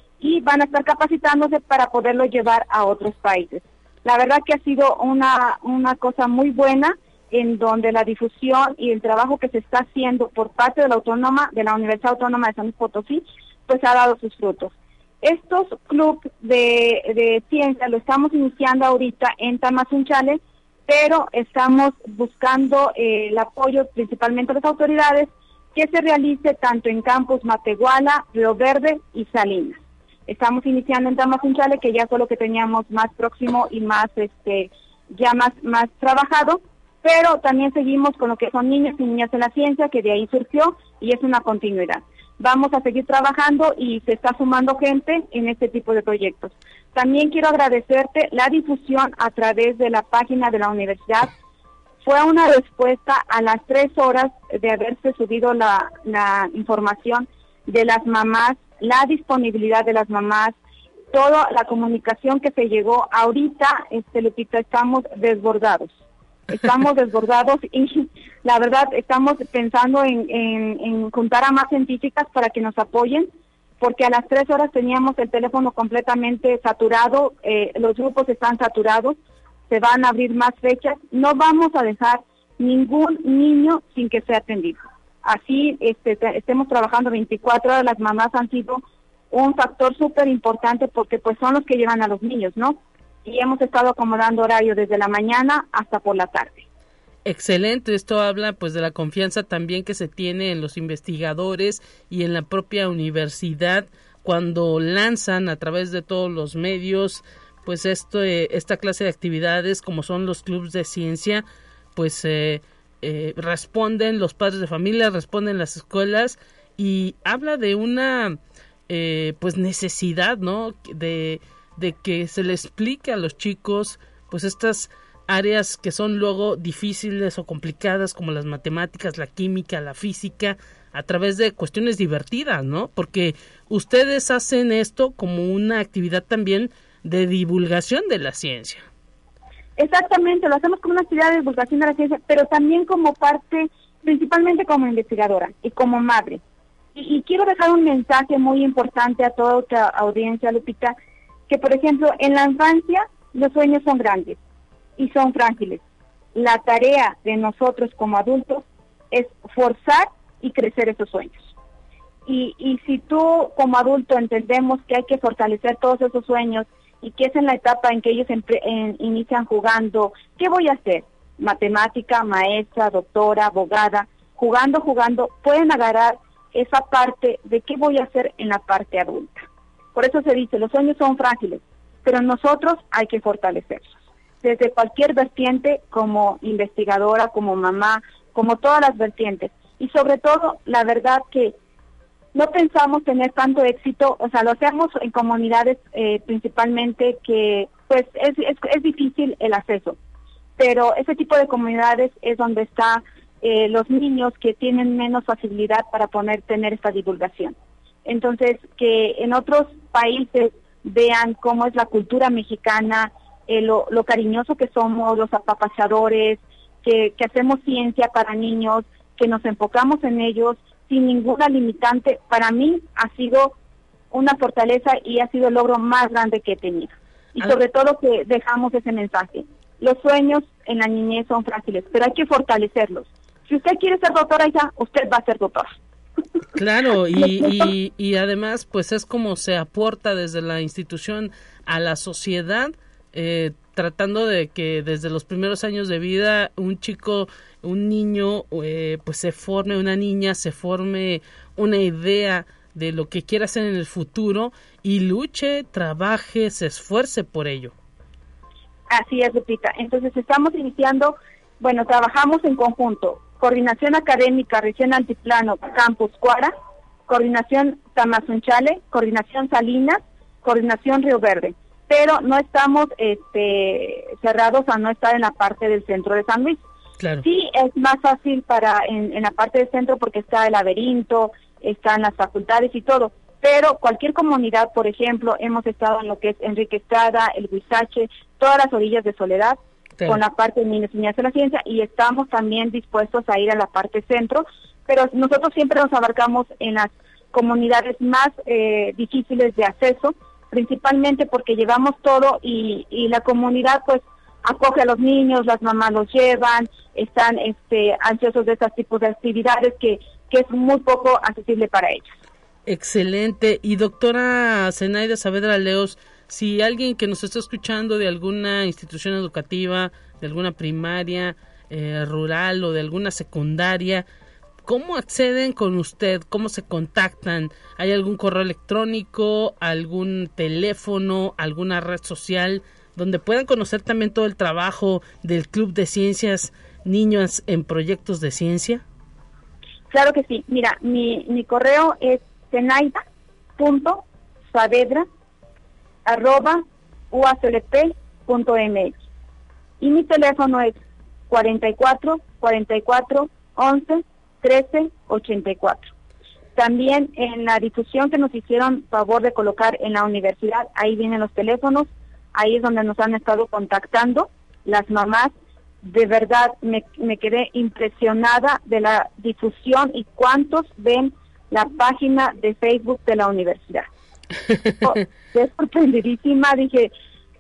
y van a estar capacitándose para poderlo llevar a otros países. La verdad que ha sido una, una cosa muy buena, en donde la difusión y el trabajo que se está haciendo por parte de la autónoma, de la Universidad Autónoma de San Luis Potosí, pues ha dado sus frutos. Estos clubes de, de ciencia lo estamos iniciando ahorita en Tamazunchale, pero estamos buscando eh, el apoyo principalmente de las autoridades, que se realice tanto en campus Matehuala, Río Verde y Salinas. Estamos iniciando en Tamazunchale, que ya fue lo que teníamos más próximo y más, este, ya más, más trabajado, pero también seguimos con lo que son niños y niñas en la ciencia, que de ahí surgió y es una continuidad. Vamos a seguir trabajando y se está sumando gente en este tipo de proyectos. También quiero agradecerte la difusión a través de la página de la universidad. Fue una respuesta a las tres horas de haberse subido la, la información de las mamás, la disponibilidad de las mamás, toda la comunicación que se llegó. Ahorita, este Lupita, estamos desbordados. Estamos desbordados y la verdad estamos pensando en, en, en juntar a más científicas para que nos apoyen, porque a las tres horas teníamos el teléfono completamente saturado, eh, los grupos están saturados, se van a abrir más fechas, no vamos a dejar ningún niño sin que sea atendido. Así este, estemos trabajando veinticuatro horas, las mamás han sido un factor súper importante porque pues son los que llevan a los niños, ¿no? Y hemos estado acomodando horario desde la mañana hasta por la tarde. Excelente, esto habla pues de la confianza también que se tiene en los investigadores y en la propia universidad cuando lanzan a través de todos los medios pues esto, eh, esta clase de actividades como son los clubes de ciencia, pues eh, eh, responden los padres de familia, responden las escuelas y habla de una eh, pues necesidad, ¿no? de de que se le explique a los chicos pues estas áreas que son luego difíciles o complicadas como las matemáticas, la química, la física, a través de cuestiones divertidas, ¿no? Porque ustedes hacen esto como una actividad también de divulgación de la ciencia. Exactamente, lo hacemos como una actividad de divulgación de la ciencia, pero también como parte, principalmente como investigadora y como madre. Y, y quiero dejar un mensaje muy importante a toda la audiencia, Lupita, que por ejemplo en la infancia los sueños son grandes y son frágiles. La tarea de nosotros como adultos es forzar y crecer esos sueños. Y, y si tú como adulto entendemos que hay que fortalecer todos esos sueños y que es en la etapa en que ellos en, en, inician jugando, ¿qué voy a hacer? Matemática, maestra, doctora, abogada, jugando, jugando, pueden agarrar esa parte de qué voy a hacer en la parte adulta. Por eso se dice, los sueños son frágiles, pero nosotros hay que fortalecerlos. Desde cualquier vertiente, como investigadora, como mamá, como todas las vertientes. Y sobre todo, la verdad que no pensamos tener tanto éxito, o sea, lo hacemos en comunidades eh, principalmente que pues es, es, es difícil el acceso. Pero ese tipo de comunidades es donde están eh, los niños que tienen menos facilidad para poder tener esta divulgación. Entonces, que en otros países vean cómo es la cultura mexicana, eh, lo, lo cariñoso que somos, los apapachadores, que, que hacemos ciencia para niños, que nos enfocamos en ellos sin ninguna limitante. Para mí ha sido una fortaleza y ha sido el logro más grande que he tenido. Y sobre todo que dejamos ese mensaje. Los sueños en la niñez son frágiles, pero hay que fortalecerlos. Si usted quiere ser doctora, ya, usted va a ser doctora. Claro, y, y, y además, pues es como se aporta desde la institución a la sociedad, eh, tratando de que desde los primeros años de vida un chico, un niño, eh, pues se forme, una niña se forme una idea de lo que quiera hacer en el futuro y luche, trabaje, se esfuerce por ello. Así es, Lupita. Entonces estamos iniciando, bueno, trabajamos en conjunto, Coordinación Académica Región Altiplano, Campus Cuara, Coordinación Tamazunchale, Coordinación Salinas, Coordinación Río Verde, pero no estamos este, cerrados a no estar en la parte del centro de San Luis. Claro. Sí, es más fácil para en, en la parte del centro porque está el laberinto, están las facultades y todo, pero cualquier comunidad, por ejemplo, hemos estado en lo que es Enrique Estrada, el Huizache, todas las orillas de Soledad, sí, con la parte de niños y niñas de la ciencia, y estamos también dispuestos a ir a la parte centro, pero nosotros siempre nos abarcamos en las comunidades más eh, difíciles de acceso, principalmente porque llevamos todo y, y la comunidad pues acoge a los niños, las mamás los llevan, están este ansiosos de estos tipos de actividades que, que es muy poco accesible para ellos. Excelente. Y doctora Zenaida Saavedra Leos, si alguien que nos está escuchando de alguna institución educativa, de alguna primaria eh, rural o de alguna secundaria, ¿cómo acceden con usted? ¿Cómo se contactan? ¿Hay algún correo electrónico, algún teléfono, alguna red social donde puedan conocer también todo el trabajo del Club de Ciencias Niños en Proyectos de Ciencia? Claro que sí. Mira, mi, mi correo es zenaida punto saavedra arroba u a c l p punto m x y mi teléfono es cuarenta y cuatro, cuarenta y cuatro, once, trece, ochenta y cuatro. También en la difusión que nos hicieron favor de colocar en la universidad, ahí vienen los teléfonos, ahí es donde nos han estado contactando las mamás. De verdad me, me quedé impresionada de la difusión y cuántos ven la página de Facebook de la universidad. Oh, es sorprendidísima, dije,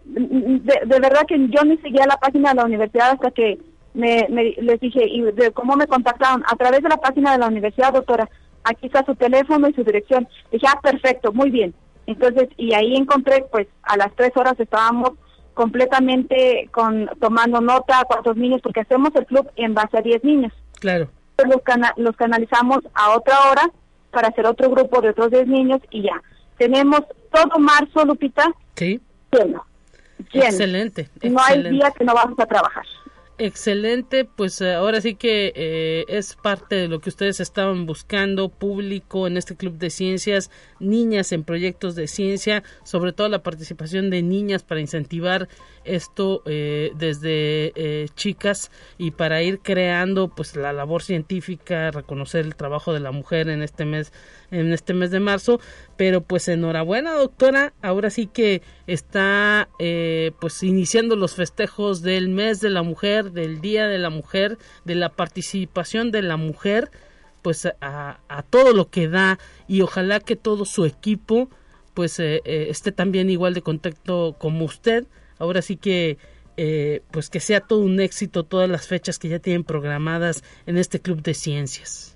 de, de verdad que yo ni seguía la página de la universidad hasta que me, me les dije, ¿y de cómo me contactaron? A través de la página de la universidad, doctora, aquí está su teléfono y su dirección. Dije, ah, perfecto, muy bien. Entonces, y ahí encontré, pues, a las tres horas estábamos completamente con tomando nota, cuántos niños, porque hacemos el club en base a diez niños. Claro. Entonces los, cana los canalizamos a otra hora para hacer otro grupo de otros diez niños y ya. Tenemos todo marzo, Lupita, sí, lleno, lleno. Excelente, excelente. No hay día que no vamos a trabajar. Excelente, pues ahora sí que eh, es parte de lo que ustedes estaban buscando, público en este Club de Ciencias, niñas en proyectos de ciencia, sobre todo la participación de niñas para incentivar esto eh, desde eh, chicas y para ir creando pues la labor científica, reconocer el trabajo de la mujer en este mes, en este mes de marzo. Pero pues enhorabuena, doctora, ahora sí que está eh, pues iniciando los festejos del mes de la mujer, del Día de la Mujer, de la participación de la mujer, pues a, a todo lo que da, y ojalá que todo su equipo pues eh, eh, esté también igual de contacto como usted. Ahora sí que eh, pues que sea todo un éxito todas las fechas que ya tienen programadas en este Club de Ciencias.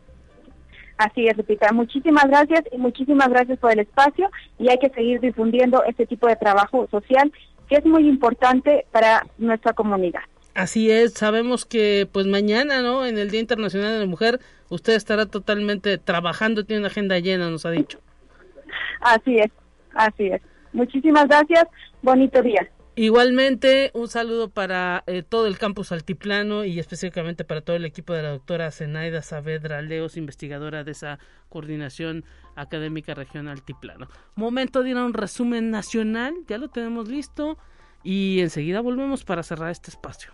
Así es, Lupita. Muchísimas gracias y muchísimas gracias por el espacio, y hay que seguir difundiendo este tipo de trabajo social que es muy importante para nuestra comunidad. Así es, sabemos que pues mañana, ¿no?, en el Día Internacional de la Mujer, usted estará totalmente trabajando, tiene una agenda llena, nos ha dicho. Así es, así es. Muchísimas gracias, bonito día. Igualmente, un saludo para eh, todo el campus altiplano y específicamente para todo el equipo de la doctora Zenaida Saavedra Leos, investigadora de esa coordinación académica región altiplano. Momento de ir a un resumen nacional, ya lo tenemos listo y enseguida volvemos para cerrar este espacio.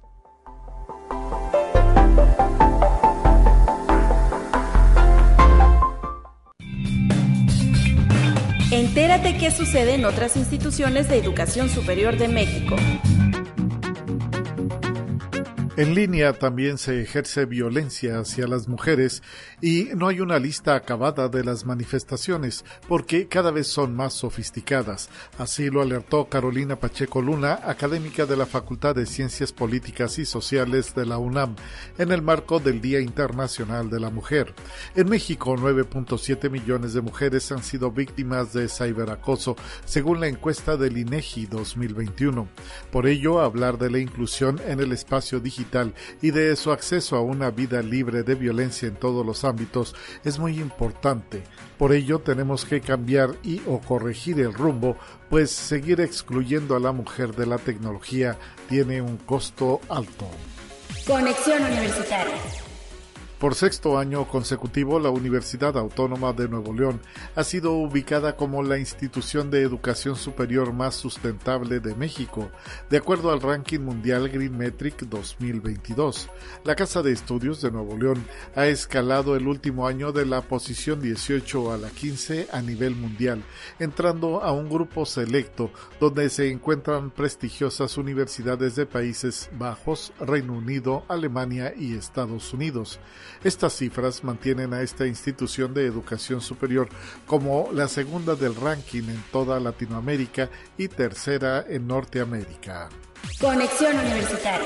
Entérate qué sucede en otras instituciones de educación superior de México. En línea también se ejerce violencia hacia las mujeres y no hay una lista acabada de las manifestaciones porque cada vez son más sofisticadas. Así lo alertó Carolina Pacheco Luna, académica de la Facultad de Ciencias Políticas y Sociales de la UNAM, en el marco del Día Internacional de la Mujer. En México, nueve punto siete millones de mujeres han sido víctimas de ciberacoso, según la encuesta del INEGI dos mil veintiuno. Por ello, hablar de la inclusión en el espacio digital y de su acceso a una vida libre de violencia en todos los ámbitos es muy importante. Por ello tenemos que cambiar y o corregir el rumbo, pues seguir excluyendo a la mujer de la tecnología tiene un costo alto. Conexión Universitaria. Por sexto año consecutivo, la Universidad Autónoma de Nuevo León ha sido ubicada como la institución de educación superior más sustentable de México, de acuerdo al ranking mundial Green Metric dos mil veintidós. La Casa de Estudios de Nuevo León ha escalado el último año de la posición dieciocho a la quince a nivel mundial, entrando a un grupo selecto donde se encuentran prestigiosas universidades de Países Bajos, Reino Unido, Alemania y Estados Unidos. Estas cifras mantienen a esta institución de educación superior como la segunda del ranking en toda Latinoamérica y tercera en Norteamérica. Conexión Universitaria.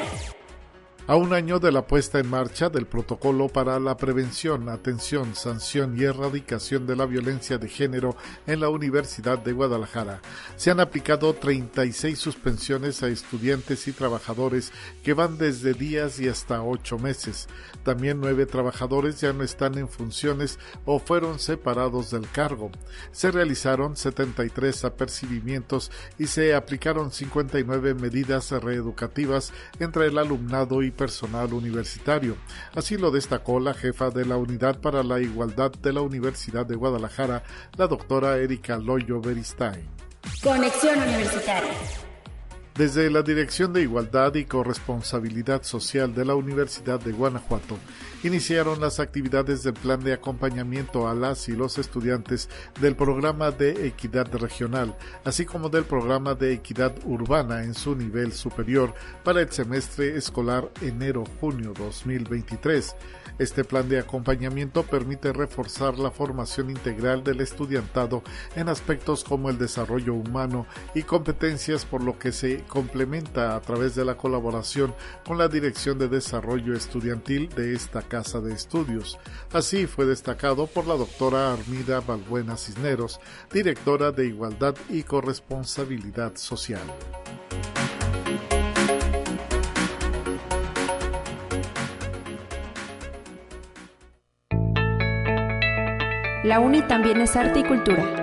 A un año de la puesta en marcha del protocolo para la prevención, atención, sanción y erradicación de la violencia de género en la Universidad de Guadalajara, se han aplicado treinta y seis suspensiones a estudiantes y trabajadores que van desde días y hasta ocho meses. También nueve trabajadores ya no están en funciones o fueron separados del cargo. Se realizaron setenta y tres apercibimientos y se aplicaron cincuenta y nueve medidas reeducativas entre el alumnado y personal universitario. Así lo destacó la jefa de la Unidad para la Igualdad de la Universidad de Guadalajara, la doctora Erika Loyo Beristain. Conexión Universitaria. Desde la Dirección de Igualdad y Corresponsabilidad Social de la Universidad de Guanajuato, iniciaron las actividades del plan de acompañamiento a las y los estudiantes del programa de equidad regional, así como del programa de equidad urbana en su nivel superior para el semestre escolar enero-junio dos mil veintitrés. Este plan de acompañamiento permite reforzar la formación integral del estudiantado en aspectos como el desarrollo humano y competencias, por lo que se complementa a través de la colaboración con la Dirección de Desarrollo Estudiantil de esta Casa de Estudios. Así fue destacado por la doctora Armida Balbuena Cisneros, directora de Igualdad y Corresponsabilidad Social. La UNI también es arte y cultura.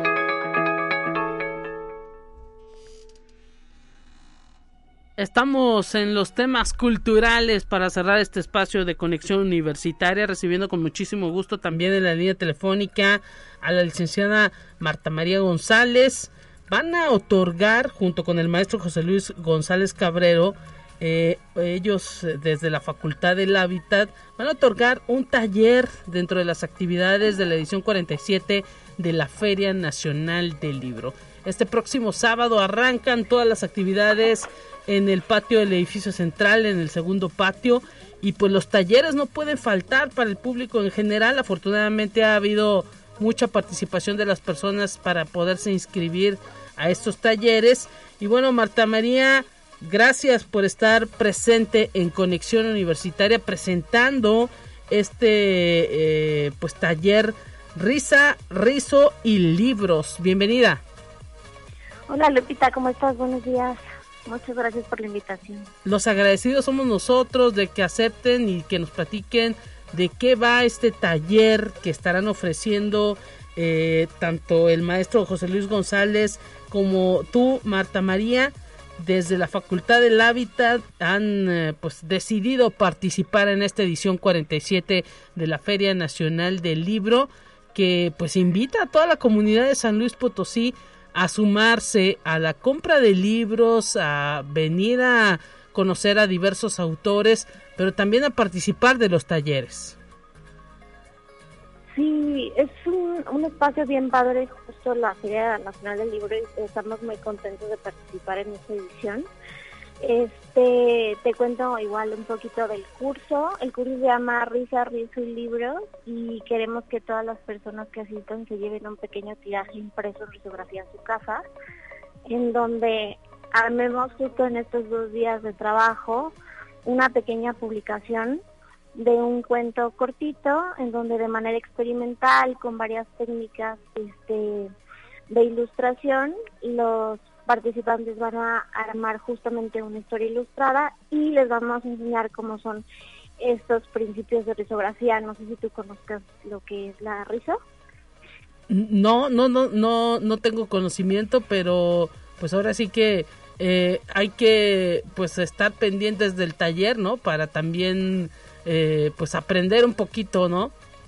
Estamos en los temas culturales para cerrar este espacio de conexión universitaria, recibiendo con muchísimo gusto también en la línea telefónica a la licenciada Marta María González. Van a otorgar, junto con el maestro José Luis González Cabrero, eh, ellos desde la Facultad del Hábitat, van a otorgar un taller dentro de las actividades de la edición cuarenta y siete de la Feria Nacional del Libro. Este próximo sábado arrancan todas las actividades en el patio del edificio central, en el segundo patio, y pues los talleres no pueden faltar para el público en general. Afortunadamente ha habido mucha participación de las personas para poderse inscribir a estos talleres. Y bueno, Marta María, gracias por estar presente en Conexión Universitaria presentando este eh, pues taller Risa, Rizo y Libros. Bienvenida. Hola Lupita, ¿cómo estás? Buenos días. Muchas gracias por la invitación. Los agradecidos somos nosotros de que acepten y que nos platiquen de qué va este taller que estarán ofreciendo eh, tanto el maestro José Luis González como tú, Marta María. Desde la Facultad del Hábitat han eh, pues decidido participar en esta edición cuarenta y siete de la Feria Nacional del Libro, que pues invita a toda la comunidad de San Luis Potosí a sumarse a la compra de libros, a venir a conocer a diversos autores, pero también a participar de los talleres. Sí, es un, un espacio bien padre, justo la Feria Nacional del Libro, y estamos muy contentos de participar en esta edición. Este, te cuento igual un poquito del curso. El curso se llama Risa, Rizo y Libros y queremos que todas las personas que asistan se lleven un pequeño tiraje impreso en risografía en su casa, en donde armemos justo en estos dos días de trabajo una pequeña publicación de un cuento cortito, en donde de manera experimental, con varias técnicas este, de ilustración, los participantes van a armar justamente una historia ilustrada y les vamos a enseñar cómo son estos principios de risografía. No sé si tú conozcas lo que es la rizo. No, no, no, no, no tengo conocimiento, pero pues ahora sí que eh, hay que pues estar pendientes del taller, ¿no? Para también eh, pues aprender un poquito, ¿no?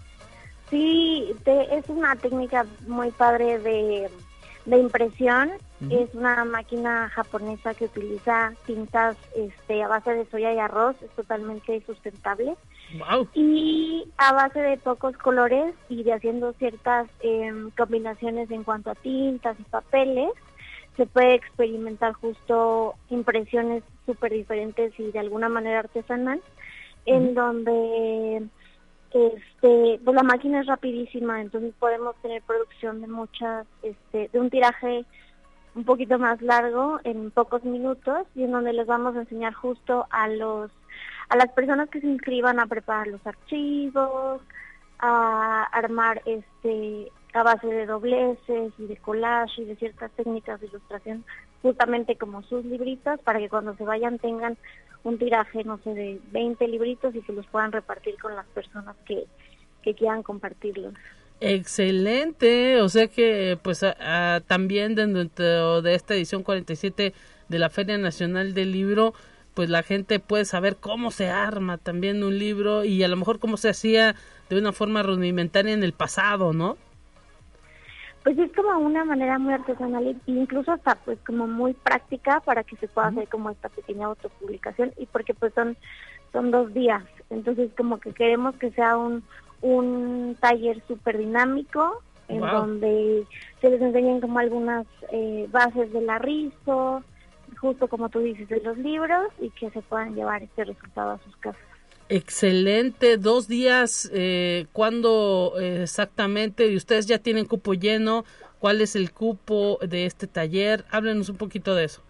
Sí, te, es una técnica muy padre de, de impresión. Uh-huh. Es una máquina japonesa que utiliza tintas este, a base de soya y arroz, es totalmente sustentable. Wow. Y a base de pocos colores y de haciendo ciertas eh, combinaciones en cuanto a tintas y papeles, se puede experimentar justo impresiones súper diferentes y de alguna manera artesanal, uh-huh. en donde este pues la máquina es rapidísima, entonces podemos tener producción de muchas, este, de un tiraje un poquito más largo en pocos minutos, y en donde les vamos a enseñar justo a los a las personas que se inscriban a preparar los archivos, a armar este a base de dobleces y de collage y de ciertas técnicas de ilustración, justamente como sus libritos, para que cuando se vayan tengan un tiraje, no sé, de veinte libritos y que los puedan repartir con las personas que, que quieran compartirlos. Excelente, o sea que pues a, a, también dentro de esta edición cuarenta y siete de la Feria Nacional del Libro, pues la gente puede saber cómo se arma también un libro y a lo mejor cómo se hacía de una forma rudimentaria en el pasado, ¿no? Pues es como una manera muy artesanal e incluso hasta pues como muy práctica para que se pueda uh-huh. hacer como esta pequeña autopublicación, y porque pues son son dos días, entonces como que queremos que sea un un taller súper dinámico en wow. donde se les enseñen como algunas eh, bases de la rizo, justo como tú dices, de los libros, y que se puedan llevar este resultado a sus casas. Excelente, dos días, eh, ¿cuándo eh, exactamente? ¿Y ustedes ya tienen cupo lleno? ¿Cuál es el cupo de este taller? Háblenos un poquito de eso.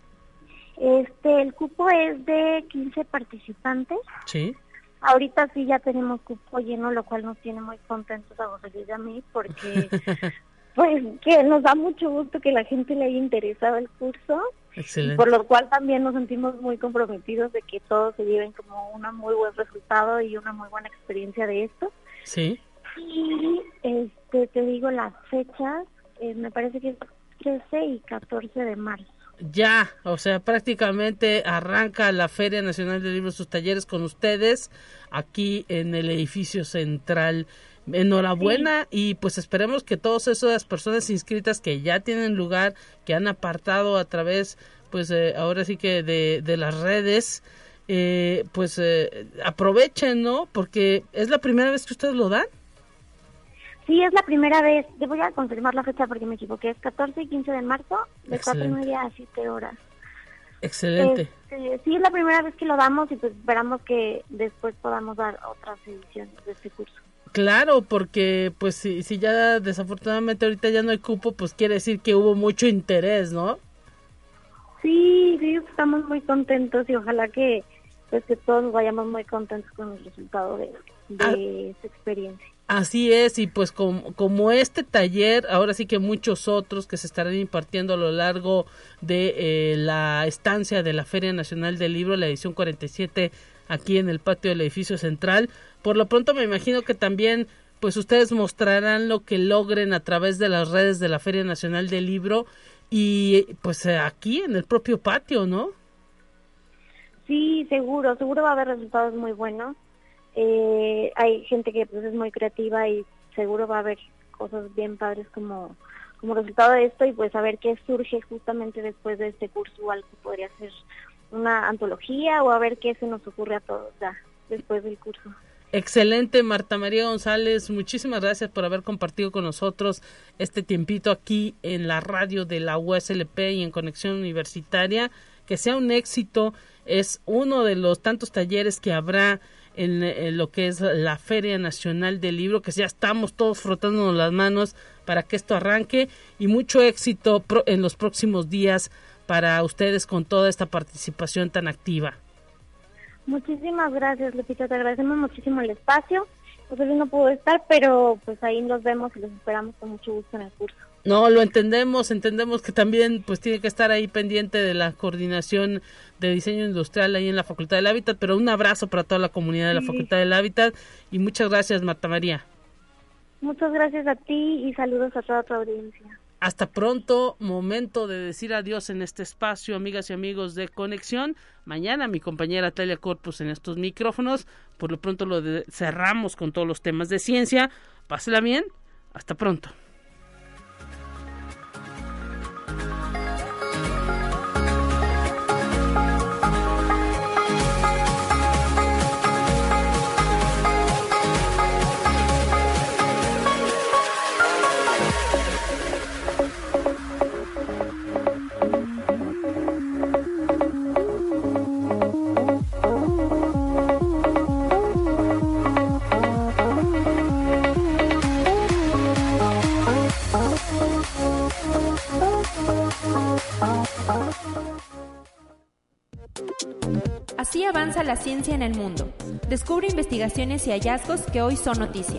Este, el cupo es de quince participantes. Sí. Ahorita sí ya tenemos cupo lleno, lo cual nos tiene muy contentos a José Luis y a mí, porque pues que nos da mucho gusto que la gente le haya interesado el curso. Excelente. Por lo cual también nos sentimos muy comprometidos de que todos se lleven como un muy buen resultado y una muy buena experiencia de esto. Sí. Y este te digo las fechas, eh, me parece que es trece y catorce de marzo. Ya, o sea, prácticamente arranca la Feria Nacional del Libro, sus talleres con ustedes aquí en el edificio central. Enhorabuena, sí. Y pues esperemos que todas esas personas inscritas que ya tienen lugar, que han apartado a través, pues eh, ahora sí que de, de las redes, eh, pues eh, aprovechen, ¿no? Porque es la primera vez que ustedes lo dan. Sí, es la primera vez. Te voy a confirmar la fecha porque me equivoqué. Es catorce y quince de marzo, de cuatro y media a siete horas. Excelente. Este, sí, es la primera vez que lo damos y pues esperamos que después podamos dar otras ediciones de este curso. Claro, porque pues si, si ya desafortunadamente ahorita ya no hay cupo, pues quiere decir que hubo mucho interés, ¿no? Sí, sí, estamos muy contentos y ojalá que pues que todos vayamos muy contentos con el resultado de, de ah, esta experiencia. Así es, y pues como, como este taller, ahora sí que muchos otros que se estarán impartiendo a lo largo de eh, la estancia de la Feria Nacional del Libro, la edición cuarenta y siete, aquí en el patio del edificio central. Por lo pronto me imagino que también pues ustedes mostrarán lo que logren a través de las redes de la Feria Nacional del Libro y pues aquí en el propio patio, ¿no? Sí, seguro, seguro va a haber resultados muy buenos. Eh, hay gente que pues es muy creativa y seguro va a haber cosas bien padres como, como resultado de esto, y pues a ver qué surge justamente después de este curso, algo que podría ser una antología o a ver qué se nos ocurre a todos ya después del curso. Excelente, Marta María González, muchísimas gracias por haber compartido con nosotros este tiempito aquí en la radio de la U S L P y en Conexión Universitaria, que sea un éxito. Es uno de los tantos talleres que habrá en, en lo que es la Feria Nacional del Libro, que ya estamos todos frotándonos las manos para que esto arranque, y mucho éxito pro, en los próximos días para ustedes con toda esta participación tan activa. Muchísimas gracias, Lupita, te agradecemos muchísimo el espacio. Pues hoy no pudo estar, pero pues ahí nos vemos y los esperamos con mucho gusto en el curso. No, lo entendemos, entendemos que también pues tiene que estar ahí pendiente de la coordinación de diseño industrial ahí en la Facultad del Hábitat, pero un abrazo para toda la comunidad de la sí. Facultad del Hábitat, y muchas gracias, Marta María. Muchas gracias a ti y saludos a toda tu audiencia. Hasta pronto, momento de decir adiós en este espacio, amigas y amigos de Conexión. Mañana mi compañera Talia Corpus en estos micrófonos. Por lo pronto lo de, cerramos con todos los temas de ciencia. Pásela bien, hasta pronto. Así avanza la ciencia en el mundo. Descubre investigaciones y hallazgos que hoy son noticia.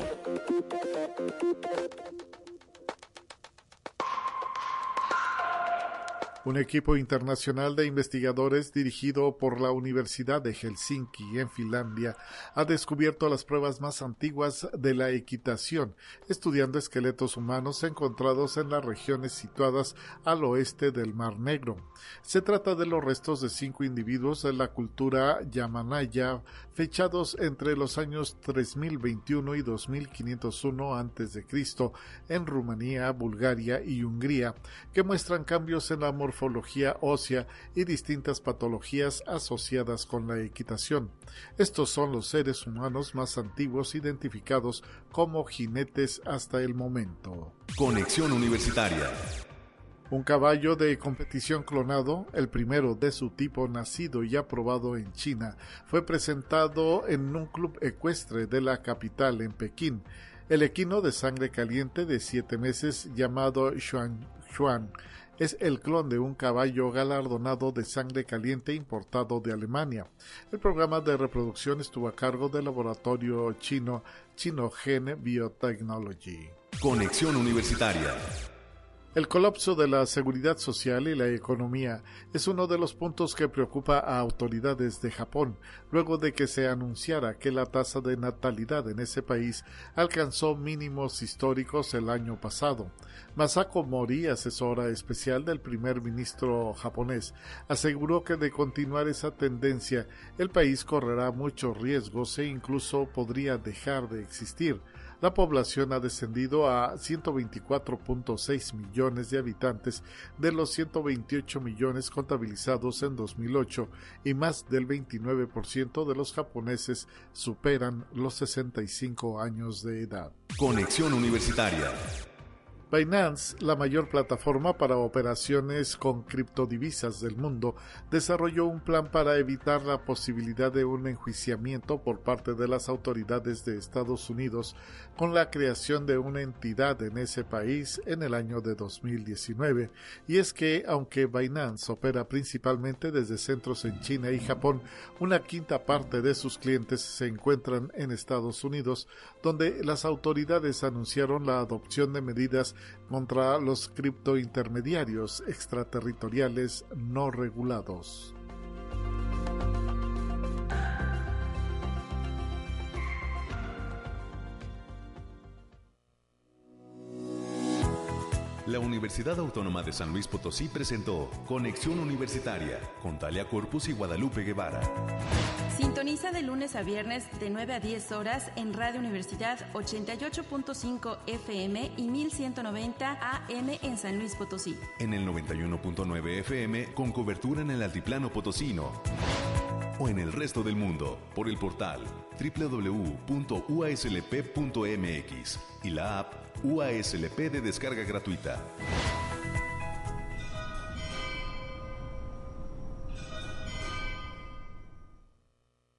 Un equipo internacional de investigadores dirigido por la Universidad de Helsinki en Finlandia ha descubierto las pruebas más antiguas de la equitación, estudiando esqueletos humanos encontrados en las regiones situadas al oeste del Mar Negro. Se trata de los restos de cinco individuos de la cultura yamanaya, fechados entre los años tres mil veintiuno y dos mil quinientos uno antes de Cristo en Rumanía, Bulgaria y Hungría, que muestran cambios en la morfología morfología ósea y distintas patologías asociadas con la equitación. Estos son los seres humanos más antiguos identificados como jinetes hasta el momento. Conexión Universitaria. Un caballo de competición clonado, el primero de su tipo nacido y aprobado en China, fue presentado en un club ecuestre de la capital en Pekín. El equino de sangre caliente de siete meses llamado Xuan Xuan es el clon de un caballo galardonado de sangre caliente importado de Alemania. El programa de reproducción estuvo a cargo del laboratorio chino Chinogen Biotechnology. Conexión Universitaria. El colapso de la seguridad social y la economía es uno de los puntos que preocupa a autoridades de Japón, luego de que se anunciara que la tasa de natalidad en ese país alcanzó mínimos históricos el año pasado. Masako Mori, asesora especial del primer ministro japonés, aseguró que de continuar esa tendencia, el país correrá muchos riesgos e incluso podría dejar de existir. La población ha descendido a ciento veinticuatro punto seis millones de habitantes de los ciento veintiocho millones contabilizados en dos mil ocho, y más del veintinueve por ciento de los japoneses superan los sesenta y cinco años de edad. Conexión Universitaria. Binance, la mayor plataforma para operaciones con criptodivisas del mundo, desarrolló un plan para evitar la posibilidad de un enjuiciamiento por parte de las autoridades de Estados Unidos con la creación de una entidad en ese país en el año de dos mil diecinueve. Y es que, aunque Binance opera principalmente desde centros en China y Japón, una quinta parte de sus clientes se encuentran en Estados Unidos, donde las autoridades anunciaron la adopción de medidas contra los criptointermediarios extraterritoriales no regulados. La Universidad Autónoma de San Luis Potosí presentó Conexión Universitaria con Talia Corpus y Guadalupe Guevara. Sintoniza de lunes a viernes de nueve a diez horas en Radio Universidad ochenta y ocho punto cinco F M y mil ciento noventa A M en San Luis Potosí. En el noventa y uno punto nueve F M con cobertura en el altiplano potosino. O en el resto del mundo por el portal doble u doble u doble u punto u a s l p punto m x y la app U A S L P de descarga gratuita.